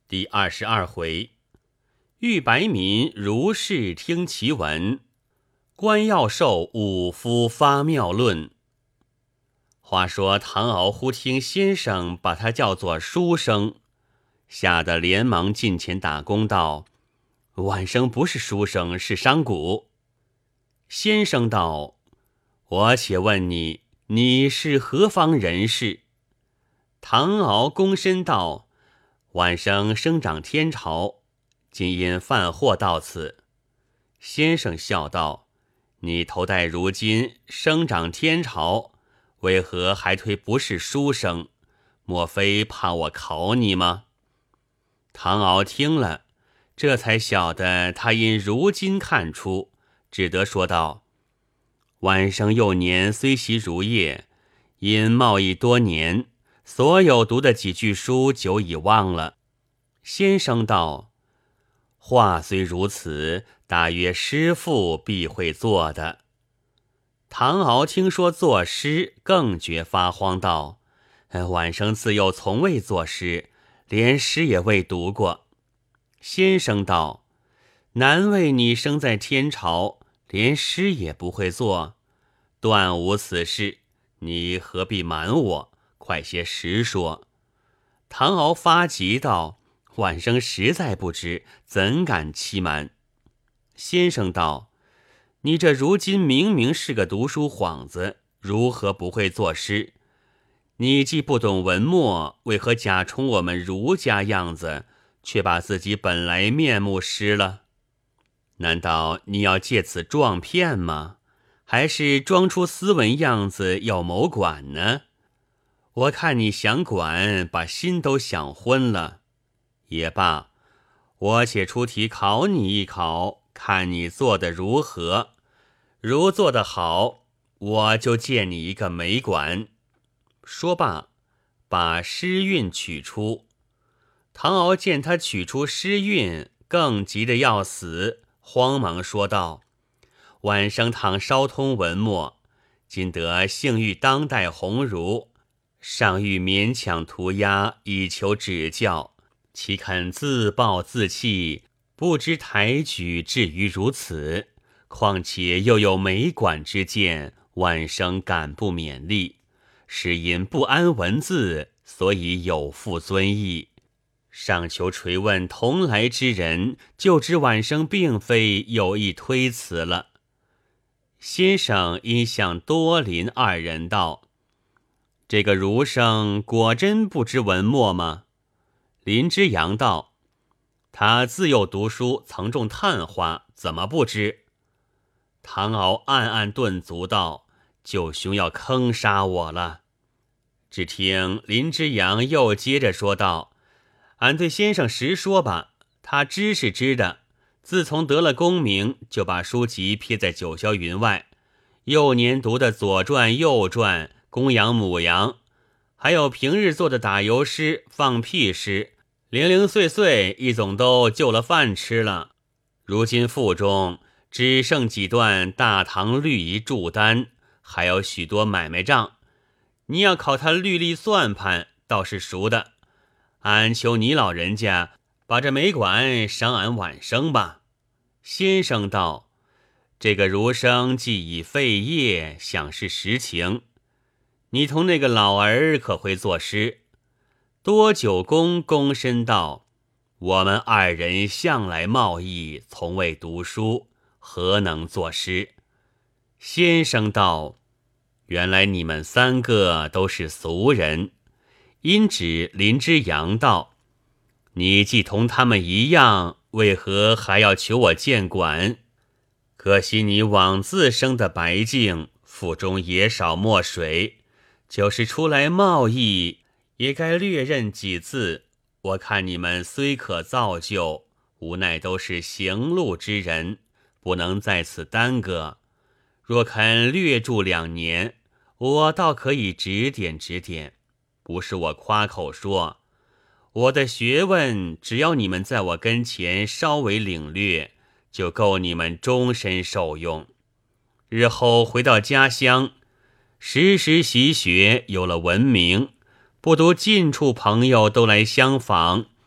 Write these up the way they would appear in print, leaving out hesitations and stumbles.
第22回，遇白民如是听其文，官要授武夫发妙论。话说唐敖忽听先生把他叫做书生，吓得连忙近前打躬道：晚生不是书生，是商贾。先生道：我且问你，你是何方人士？唐敖躬身道：晚生生长天朝，今因犯祸到此。先生笑道：你头戴如今生长天朝，为何还推不是书生？莫非怕我考你吗？唐敖听了，这才晓得他因如今看出，只得说道：晚生幼年虽习儒业，因贸易多年，所有读的几句书久已忘了。先生道：话虽如此，大约诗赋必会做的。唐敖听说作诗，更觉发慌道：晚生自幼从未作诗，连诗也未读过。先生道：难为你生在天朝，连诗也不会做，断无此事，你何必瞒我？快些实说。唐敖发急道：晚生实在不知，怎敢欺瞒？先生道：你这如今明明是个读书幌子，如何不会作诗？你既不懂文墨，为何假充我们儒家样子，却把自己本来面目失了？难道你要借此撞骗吗？还是装出斯文样子要谋管呢？我看你想管，把心都想昏了。也罢，我且出题考你一考，看你做得如何。如做得好，我就借你一个美管。说罢，把诗韵取出。唐敖见他取出诗韵，更急得要死，慌忙说道：晚生倘稍通文墨，今得幸遇当代鸿儒，尚欲勉强涂鸦以求指教，岂肯自暴自弃，不知抬举至于如此？况且又有美管之见，晚生敢不勉励？是因不安文字，所以有负尊意。尚求垂问同来之人，就知晚生并非有意推辞了。先生因向多林二人道：这个儒生果真不知文墨吗？林之阳道：他自幼读书，曾种探花，怎么不知？唐敖暗暗顿足道：舅兄要坑杀我了。只听林之阳又接着说道：俺对先生实说吧，他知是知的，自从得了功名，就把书籍撇在九霄云外，幼年读的左传右传，公羊母羊，还有平日做的打油诗放屁诗，零零碎碎一总都就了饭吃了。如今腹中只剩几段大唐律仪注单，还有许多买卖账，你要考他律例算盘，倒是熟的。俺求你老人家把这美管赏俺晚生吧。先生道：这个儒生既已废业，想是实情。你同那个老儿可会作诗？多九公躬身道：我们二人向来贸易，从未读书，何能作诗？先生道：原来你们三个都是俗人。因指林之阳道：你既同他们一样，为何还要求我见管？可惜你枉自生的白净，腹中也少墨水，就是出来贸易，也该略认几字。我看你们虽可造就，无奈都是行路之人，不能在此耽搁。若肯略住2年，我倒可以指点指点。不是我夸口说，我的学问只要你们在我跟前稍微领略，就够你们终身受用。日后回到家乡，时时习学，有了文明，不独近处朋友都来相访，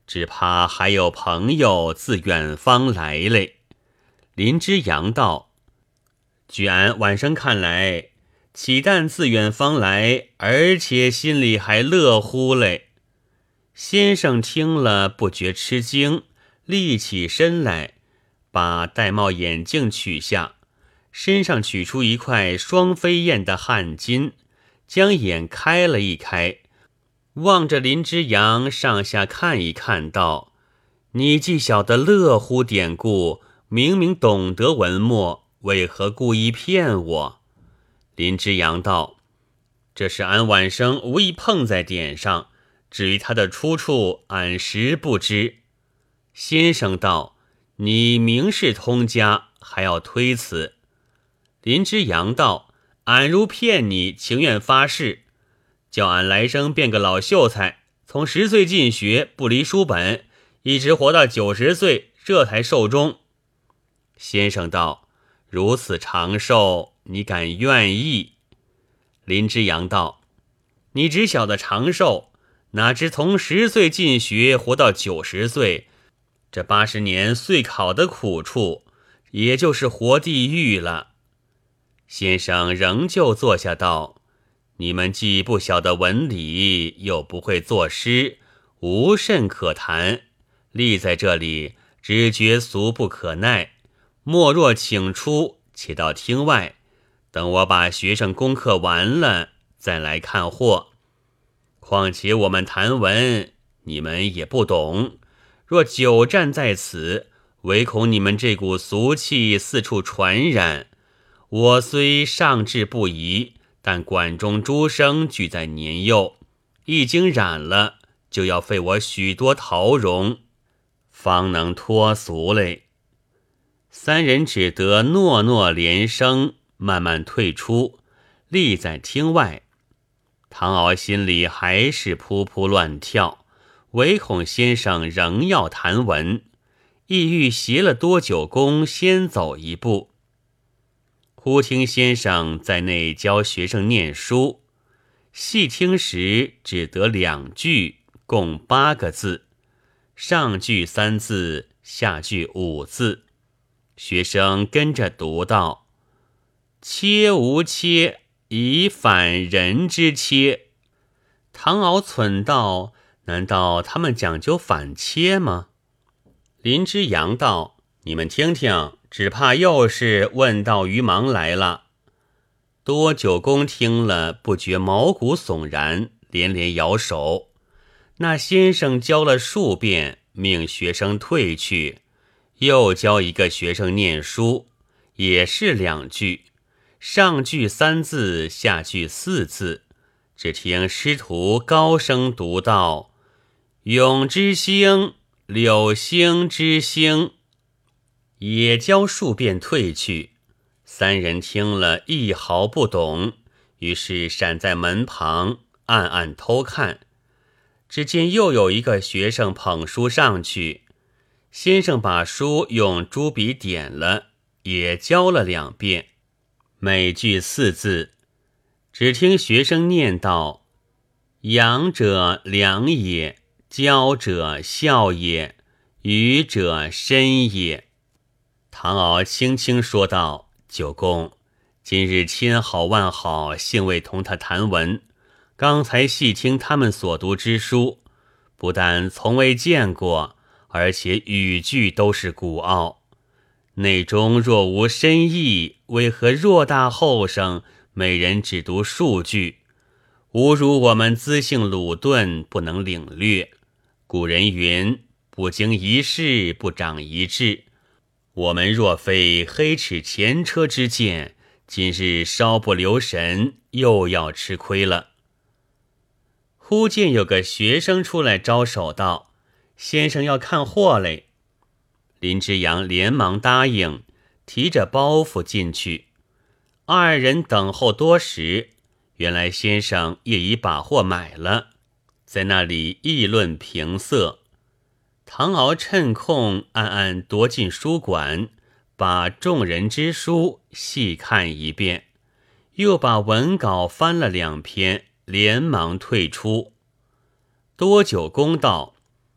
只怕还有朋友自远方来嘞。林之阳道：据俺晚生看来，岂但自远方来，而且心里还乐乎嘞。先生听了不觉吃惊，立起身来，把戴帽眼镜取下，身上取出一块双飞燕的汗巾，将眼开了一开，望着林之阳上下看一看，道：你既晓得乐乎典故，明明懂得文墨，为何故意骗我？林之阳道：这是俺晚生无意碰在点上，至于他的出处，俺实不知。先生道：你明是通家，还要推辞？林之阳道：俺如骗你，情愿发誓，叫俺来生变个老秀才，从10岁进学，不离书本，一直活到90岁，这才寿终。先生道：如此长寿，你敢愿意？林之阳道：你只晓得长寿，哪知从10岁进学活到90岁，这80年岁考的苦处，也就是活地狱了。先生仍旧坐下道：你们既不晓得文理，又不会作诗，无甚可谈，立在这里只觉俗不可耐，莫若请出，且到厅外，等我把学生功课完了，再来看货。况且我们谈文，你们也不懂，若久站在此，唯恐你们这股俗气四处传染。我虽上志不移，但馆中诸生俱在年幼，一经染了，就要费我许多陶容，方能脱俗嘞。三人只得诺诺连声，慢慢退出，立在厅外。唐敖心里还是扑扑乱跳，唯恐先生仍要谈文，意欲携了多久公先走一步。忽听先生在内教学生念书，细听时只得2句，共8个字，上句3字，下句5字。学生跟着读道：切无切，以反人之切。唐敖忖道：难道他们讲究反切吗？林之阳道：你们听听，只怕又是问道于盲来了。多久公听了，不觉毛骨悚然，连连摇手。那先生教了数遍，命学生退去，又教一个学生念书，也是2句，上句3字，下句4字。只听师徒高声读道：永之星，柳星之星。也教数遍退去。3人听了一毫不懂，于是闪在门旁暗暗偷看。只见又有一个学生捧书上去，先生把书用朱笔点了，也教了2遍，每句4字。只听学生念道：养者良也，教者孝也，愚者深也。唐敖轻轻说道：九公，今日千好万好，幸未同他谈文，刚才细听他们所读之书，不但从未见过，而且语句都是古奥，内中若无深意，为何偌大后生，每人只读数句，吾如我们资性鲁钝，不能领略。古人云：不经一事，不长一智。我们若非黑齿前车之鉴，今日稍不留神，又要吃亏了。忽见有个学生出来招手道：先生要看货嘞。林之阳连忙答应，提着包袱进去。2人等候多时，原来先生也已把货买了，在那里议论评色。唐敖趁空暗暗踱进书馆，把众人之书细看一遍，又把文稿翻了2篇，连忙退出。多久公道：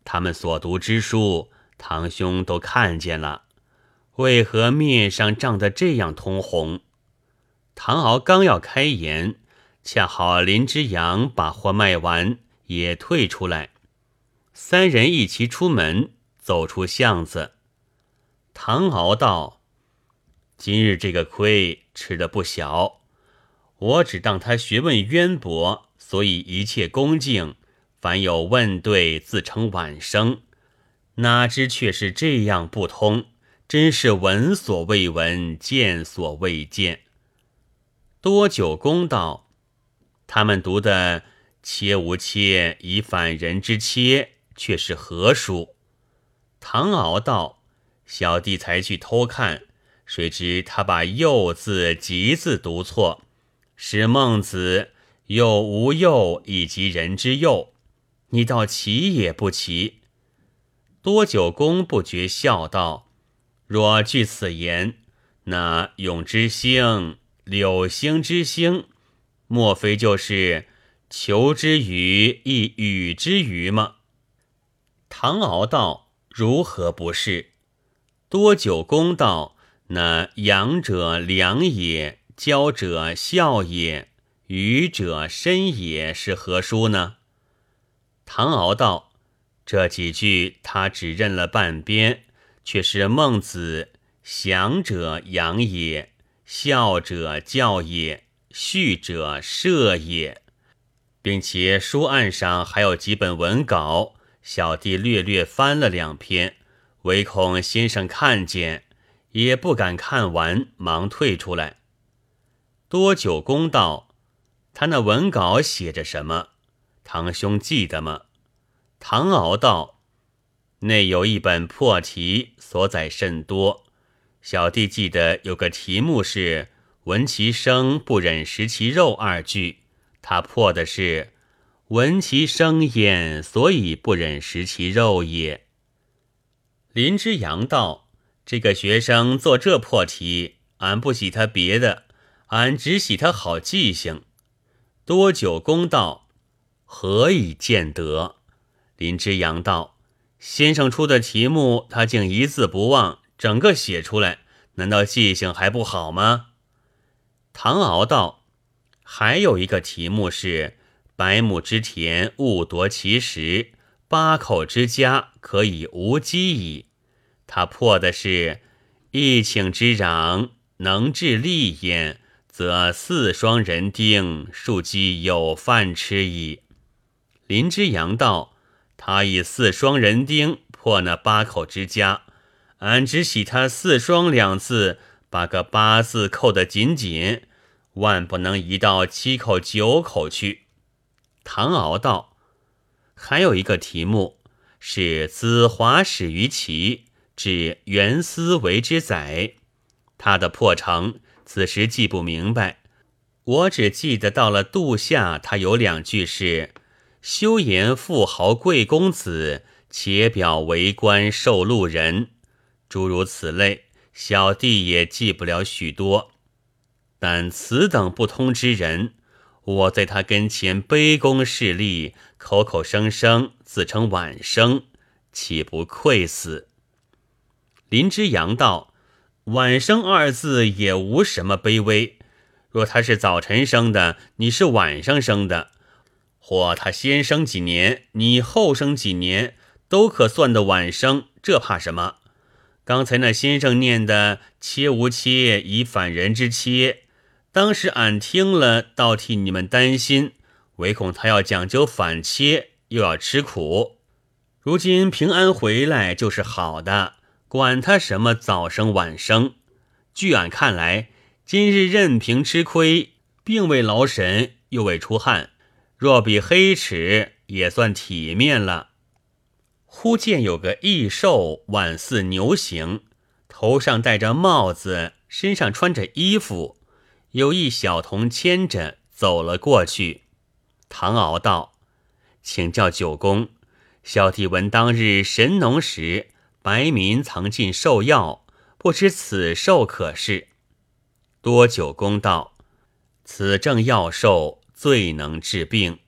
他们所读之书，堂兄都看见了，为何面上涨得这样通红？”唐敖刚要开言，恰好林之阳把货卖完，也退出来，三人一齐出门，走出巷子。唐敖道：“今日这个亏吃得不小，我只当他学问渊博，所以一切恭敬，凡有问对，自称晚生，哪知却是这样不通，真是闻所未闻，见所未见。”多久公道：“他们读的切无切以反人之切，却是何书？”唐敖道：“小弟才去偷看，谁知他把右字吉字读错，使孟子又无右以及人之右，你道奇也不奇？”多久公不觉笑道：“若据此言，那永之星、柳星之星，莫非就是求之鱼亦与之鱼吗？”唐敖道：“如何不是？”多久公道：“那阳者良也，交者孝也，愚者深也，是何书呢？”唐敖道：“这几句他只认了半边，却是孟子祥者养也，孝者教也，序者射也，并且书案上还有几本文稿，小弟略略翻了2篇，唯恐先生看见，也不敢看完，忙退出来。”多久公道：“他那文稿写着什么？堂兄记得吗？”唐敖道：“内有一本破题，所载甚多，小弟记得有个题目是闻其声不忍食其肉2句，他破的是闻其声焉，所以不忍食其肉也。”林之阳道：“这个学生做这破题，俺不喜他别的，俺只喜他好记性。”多久公道：“何以见得？”林之阳道：“先生出的题目，他竟一字不忘，整个写出来，难道记性还不好吗？”唐敖道：“还有一个题目是百亩之田，勿夺其实，8口之家，可以无饥矣。他破的是一顷之壤，能治利焉，则4双人丁，庶几有饭吃矣。”林之阳道：“他以4双人丁破那8口之家，俺只喜他4双2字，把个8字扣得紧紧，万不能移到7口9口去。”唐敖道：“还有一个题目是子华始于齐，至袁思为之载，他的破成此时记不明白，我只记得到了度夏，他有2句是修言富豪贵公子，且表为官受禄人，诸如此类，小弟也记不了许多。但此等不通之人，我在他跟前卑躬侍立，口口声声自称晚生，岂不愧死？”林之阳道：“晚生2字也无什么卑微，若他是早晨生的，你是晚上生的，或他先生几年，你后生几年，都可算得晚生，这怕什么？刚才那先生念的切无切以反人之切，当时俺听了，倒替你们担心，唯恐他要讲究反切，又要吃苦。如今平安回来就是好的，管他什么早生晚生。据俺看来，今日任凭吃亏，并未劳神，又未出汗，若比黑齿，也算体面了。”忽见有个异兽，宛似牛形，头上戴着帽子，身上穿着衣服，有一小童牵着走了过去。唐敖道：“请教九公，小弟闻当日神农时，白民曾进兽药，不知此兽可是？”多九公道：“此正药兽，最能治病，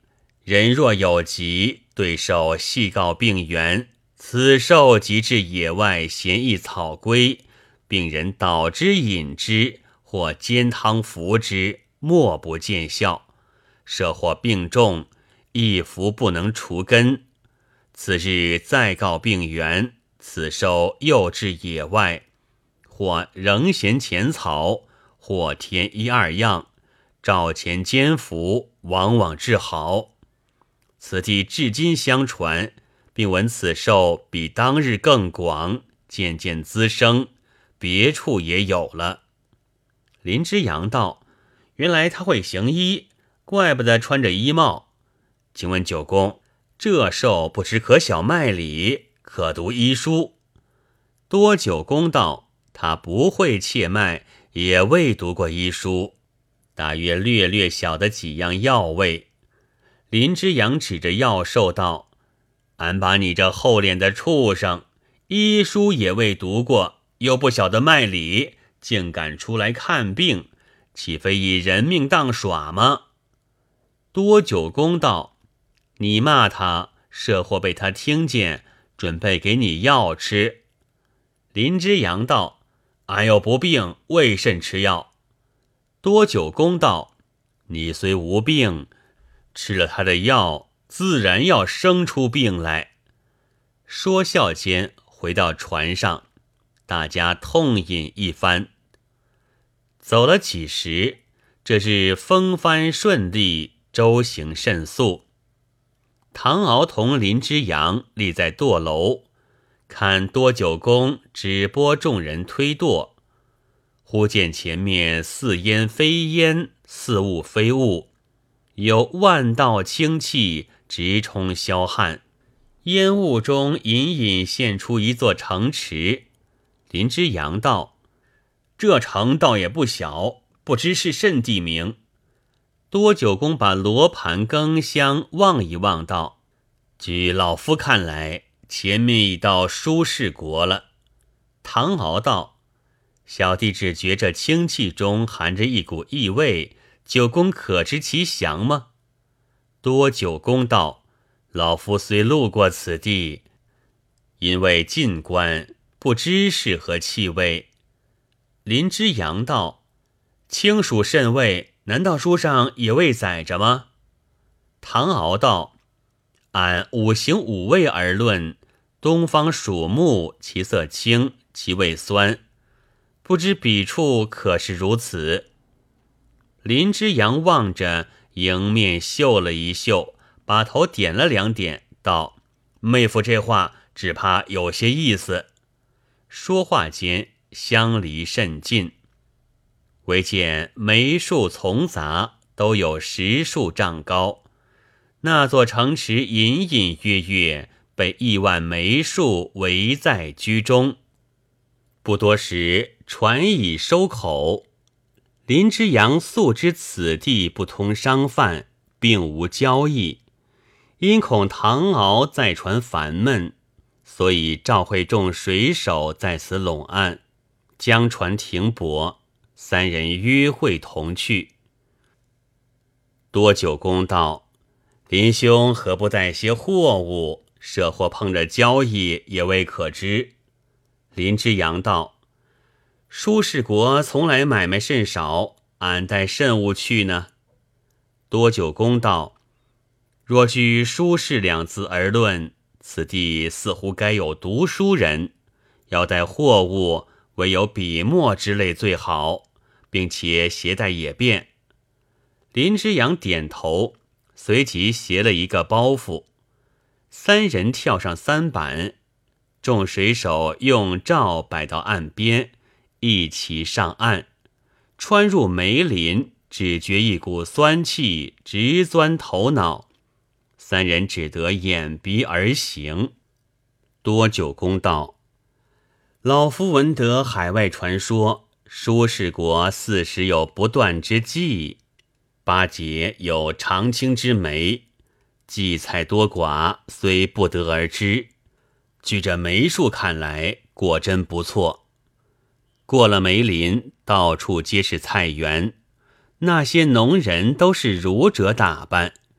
人若有疾，对兽细告病源，此兽即至野外衔一草龟，病人捣之饮之，或煎汤服之，莫不见效。设或病重，一服不能除根，次日再告病源，此兽又至野外，或仍衔浅草，或添一二样，照前煎服，往往治好。此地至今相传，并闻此兽比当日更广，渐渐滋生，别处也有了。林之阳道：原来他会行医，怪不得穿着衣帽。请问九公，这兽不知可晓脉理，可读医书？多九公道：他不会切脉，也未读过医书，大约略略晓得几样药味。林之阳指着药兽道：俺把你这厚脸的畜生，医书也未读过，又不晓得脉理，竟敢出来看病，岂非以人命当耍吗？多九公道：你骂他，设或被他听见，准备给你药吃。林之阳道：俺又不病，为甚吃药？多九公道：你虽无病，吃了他的药，自然要生出病来。说笑间回到船上，大家痛饮一番。走了几时，这日风帆顺利，舟行甚速。唐敖同林之阳立在舵楼，看多九公只拨众人推舵，忽见前面似烟非烟，似雾非雾，有万道清气直冲霄汉，烟雾中隐隐现出一座城池。林之阳道：这城倒也不小，不知是甚地名。多九公把罗盘羹香望一望道：据老夫看来，前面已到舒氏国了。唐敖道：小弟只觉这清气中含着一股异味，九公可知其详吗？多九公道：老夫虽路过此地，因为近观，不知是何气味。林之阳道：清属甚味，难道书上也未载着吗？唐敖道：按五行五味而论，东方属木，其色清，其味酸，不知彼处可是如此？林之阳望着迎面嗅了一嗅，把头点了两点，道：妹夫这话只怕有些意思。说话间相离甚近，唯见梅树丛杂，都有10数丈高。那座城池隐隐约约被亿万梅树围在居中。不多时，船已收口。林之阳素知此地不通商贩，并无交易，因恐唐敖在船烦闷，所以召会众水手在此拢岸，将船停泊，三人约会同去。多九公道：林兄何不带些货物，设或碰着交易，也未可知。林之阳道：舒氏国从来买卖甚少，俺带甚物去呢？多九公道：若据舒氏2字而论，此地似乎该有读书人，要带货物，唯有笔墨之类最好，并且携带也便。林之阳点头，随即携了一个包袱，三人跳上3板，众水手用罩摆到岸边，一起上岸，穿入梅林，只觉一股酸气直钻头脑，三人只得掩鼻而行。多九公道：老夫闻得海外传说，舒氏国4时有不断之季，8节有长青之梅，荠菜多寡，虽不得而知。据这梅树看来，果真不错。过了梅林，到处皆是菜园，那些农人都是儒者打扮，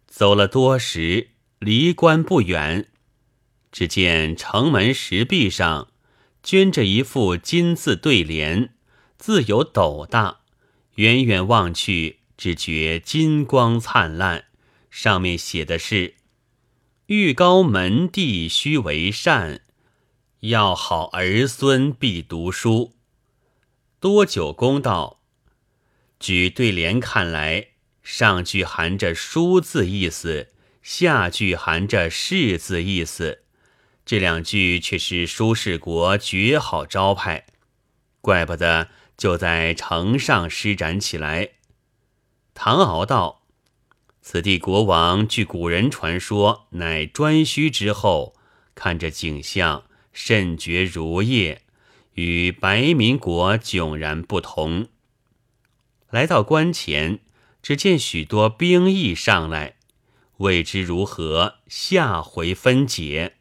走了多时，离关不远，只见城门石壁上镌着一副金字对联，字有斗大，远远望去，只觉金光灿烂。上面写的是：欲高门第须为善，要好儿孙必读书。多久公道，据对联看来，上句含着书字意思，下句含着士字意思，这两句却是苏轼国绝好招牌，怪不得就在城上施展起来。唐敖道：此地国王据古人传说，乃颛顼之后，看着景象甚觉如夜，与白民国迥然不同。来到关前，只见许多兵役上来，未知如何，下回分解。